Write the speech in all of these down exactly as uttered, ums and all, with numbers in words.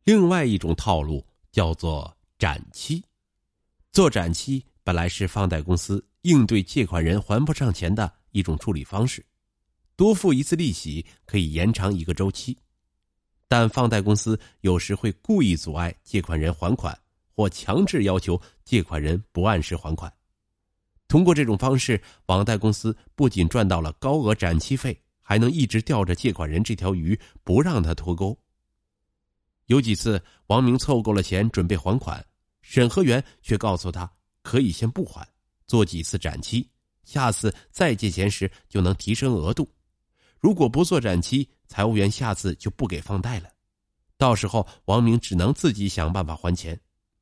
另外一种套路叫做展期。做展期本来是放贷公司应对借款人还不上钱的一种处理方式，多付一次利息可以延长一个周期。但放贷公司有时会故意阻碍借款人还款，或强制要求借款人不按时还款。通过这种方式，网贷公司不仅赚到了高额展期费，还能一直吊着借款人这条鱼不让他脱钩。有几次王明凑够了钱准备还款，审核员却告诉他可以先不还，做几次展期，下次再借钱时就能提升额度。如果不做展期，财务员下次就不给放贷了，到时候王明只能自己想办法还钱。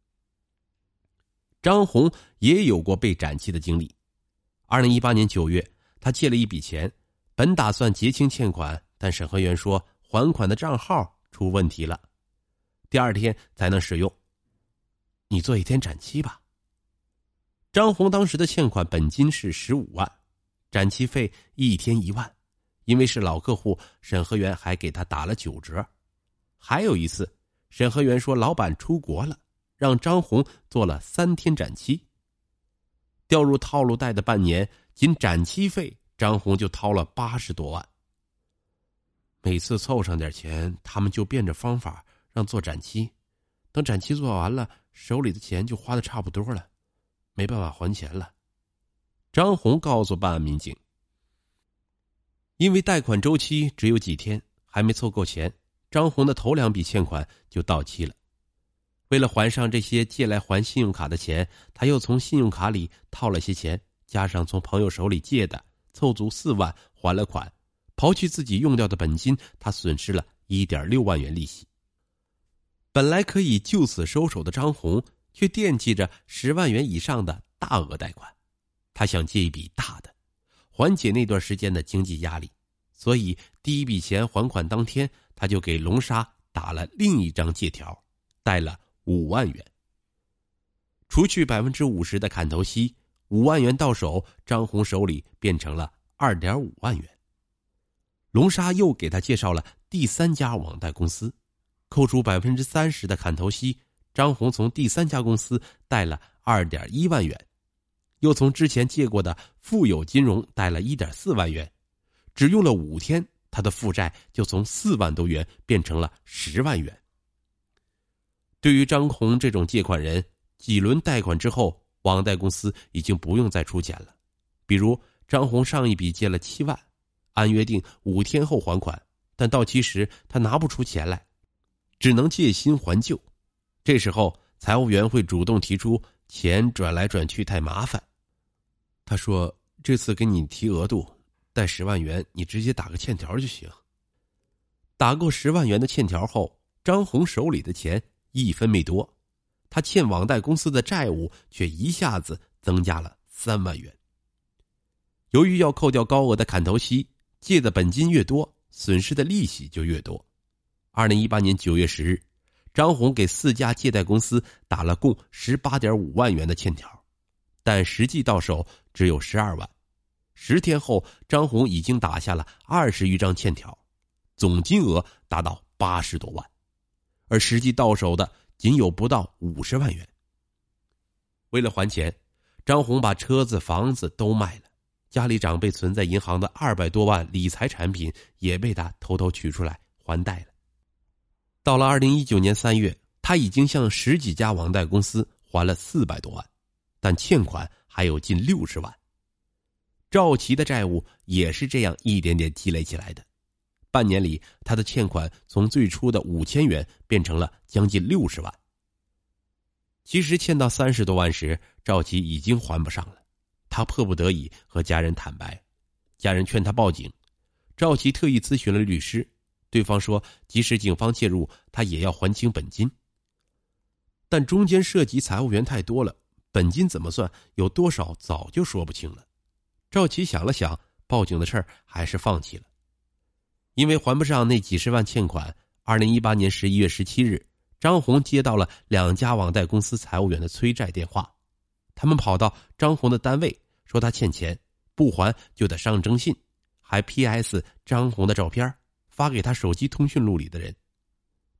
张红也有过被展期的经历。二零一八年九月，他借了一笔钱，本打算结清欠款，但审核员说还款的账号出问题了，第二天才能使用，你做一天展期吧。张红当时的欠款本金是十五万，展期费一天一万，因为是老客户，审核员还给他打了九折。还有一次，审核员说老板出国了，让张红做了三天展期。掉入套路贷的半年，仅展期费张红就掏了八十多万。每次凑上点钱，他们就变着方法让做展期，等展期做完了，手里的钱就花得差不多了，没办法还钱了。张红告诉办案民警，因为贷款周期只有几天，还没凑够钱，张红的头两笔欠款就到期了。为了还上这些借来还信用卡的钱，他又从信用卡里套了些钱，加上从朋友手里借的，凑足四万还了款。刨去自己用掉的本金，他损失了 一点六万元利息。本来可以就此收手的张红，却惦记着十万元以上的大额贷款。他想借一笔大的，缓解那段时间的经济压力，所以第一笔钱还款当天，他就给龙沙打了另一张借条，贷了五万元。除去 百分之五十 的砍头息，五万元到手，张红手里变成了 二点五万元。龙沙又给他介绍了第三家网贷公司，扣除 百分之三十 的砍头息，张红从第三家公司贷了 二点一万元，又从之前借过的富有金融贷了 一点四万元。只用了五天，他的负债就从四万多元变成了十万元。对于张红这种借款人，几轮贷款之后，网贷公司已经不用再出钱了。比如张红上一笔借了七万，按约定五天后还款，但到期时他拿不出钱来，只能借新还旧。这时候财务员会主动提出钱转来转去太麻烦，他说这次给你提额度，贷十万元，你直接打个欠条就行。打够十万元的欠条后，张红手里的钱一分没多，他欠网贷公司的债务却一下子增加了三万元。由于要扣掉高额的砍头息，借的本金越多，损失的利息就越多。二零一八年九月十日，张红给四家借贷公司打了共 十八点五万元的欠条，但实际到手只有十二万。十天后，张红已经打下了二十余张欠条，总金额达到八十多万，而实际到手的仅有不到五十万元。为了还钱，张红把车子房子都卖了，家里长辈存在银行的二百多万理财产品也被他偷偷取出来还贷了。到了二零一九年三月，他已经向十几家网贷公司还了四百多万，但欠款还有近六十万。赵琦的债务也是这样一点点积累起来的，半年里他的欠款从最初的五千元变成了将近六十万。其实欠到三十多万时，赵琦已经还不上了，他迫不得已和家人坦白，家人劝他报警。赵琦特意咨询了律师，对方说即使警方介入，他也要还清本金。但中间涉及财务员太多了，本金怎么算，有多少早就说不清了。赵琦想了想，报警的事儿还是放弃了。因为还不上那几十万欠款，二零一八年十一月十七日，张红接到了两家网贷公司财务员的催债电话。他们跑到张红的单位，说他欠钱，不还就得上征信，还 P S 张红的照片发给他手机通讯录里的人。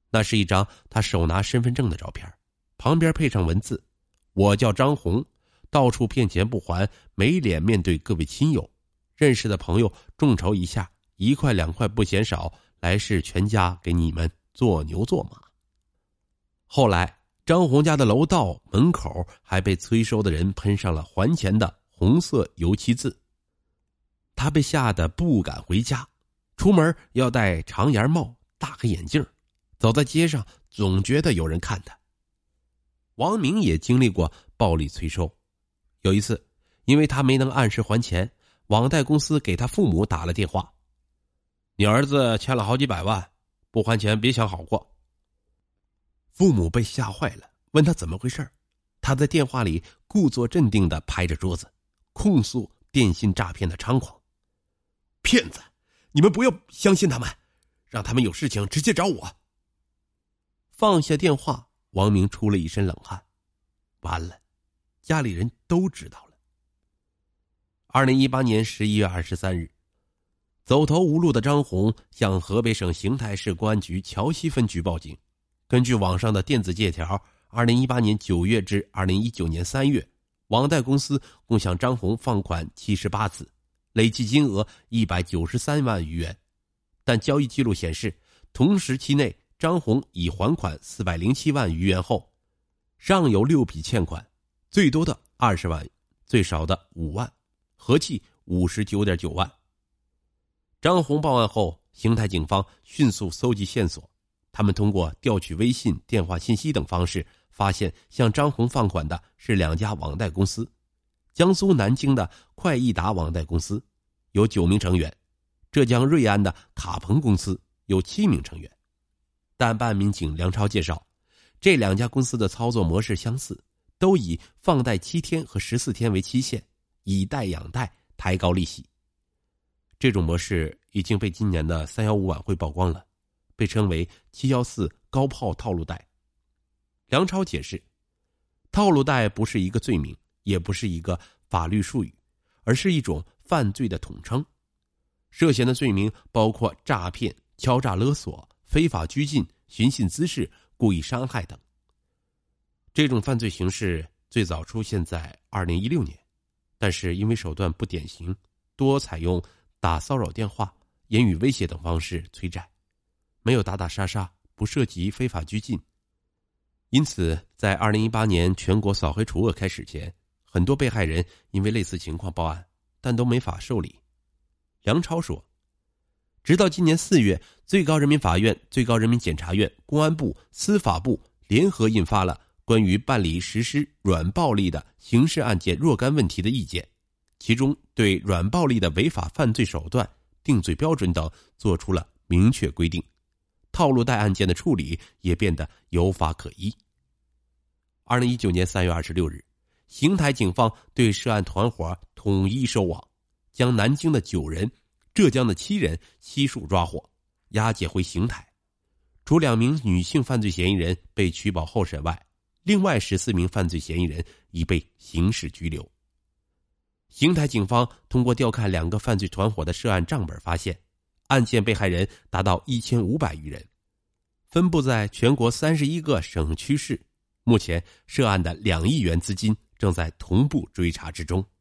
那是一张他手拿身份证的照片，旁边配上文字：我叫张红，到处骗钱不还，没脸面对各位亲友，认识的朋友众筹一下，一块两块不嫌少，来世全家给你们做牛做马。后来张红家的楼道门口还被催收的人喷上了还钱的红色油漆字。他被吓得不敢回家，出门要戴长檐帽大黑眼镜，走在街上总觉得有人看他。王明也经历过暴力催收，有一次因为他没能按时还钱，网贷公司给他父母打了电话：你儿子欠了好几百万，不还钱别想好过。父母被吓坏了，问他怎么回事。他在电话里故作镇定地拍着桌子，控诉电信诈骗的猖狂：骗子，你们不要相信他们，让他们有事情直接找我。放下电话，王明出了一身冷汗，完了，家里人都知道了。二零一八年十一月二十三日，走投无路的张红向河北省邢台市公安局桥西分局报警。根据网上的电子借条，二零一八年九月至二零一九年三月，网贷公司共向张红放款七十八次，累计金额一百九十三万余元。但交易记录显示，同时期内张红已还款四百零七万余元后，尚有六笔欠款，最多的二十万，最少的五万，合计五十九点九万。张红报案后，邢台警方迅速搜集线索，他们通过调取微信、电话信息等方式，发现向张红放款的是两家网贷公司：江苏南京的快易达网贷公司有九名成员，浙江瑞安的卡鹏公司有七名成员。但办案民警梁超介绍，这两家公司的操作模式相似，都以放贷七天和十四天为期限，以贷养贷，抬高利息。这种模式已经被今年的三一五晚会曝光了，被称为七一四高炮套路贷。梁超解释，套路贷不是一个罪名，也不是一个法律术语，而是一种犯罪的统称。涉嫌的罪名包括诈骗、敲诈勒索、非法拘禁、寻衅滋事、故意伤害等。这种犯罪形式最早出现在二零一六年，但是因为手段不典型，多采用打骚扰电话、言语威胁等方式催债，没有打打杀杀，不涉及非法拘禁。因此在二零一八年全国扫黑除恶开始前，很多被害人因为类似情况报案，但都没法受理。梁超说，直到今年四月，最高人民法院、最高人民检察院、公安部、司法部联合印发了关于办理实施软暴力的刑事案件若干问题的意见，其中对软暴力的违法犯罪手段、定罪标准等作出了明确规定，套路贷案件的处理也变得有法可依。二零一九年三月二十六日，邢台警方对涉案团伙统一收网，将南京的九人、浙江的七人悉数抓获，押解回邢台。除两名女性犯罪嫌疑人被取保候审外，另外十四名犯罪嫌疑人已被刑事拘留。邢台警方通过调看两个犯罪团伙的涉案账本发现，案件被害人达到一千五百余人，分布在全国三十一个省区市。目前涉案的两亿元资金正在同步追查之中。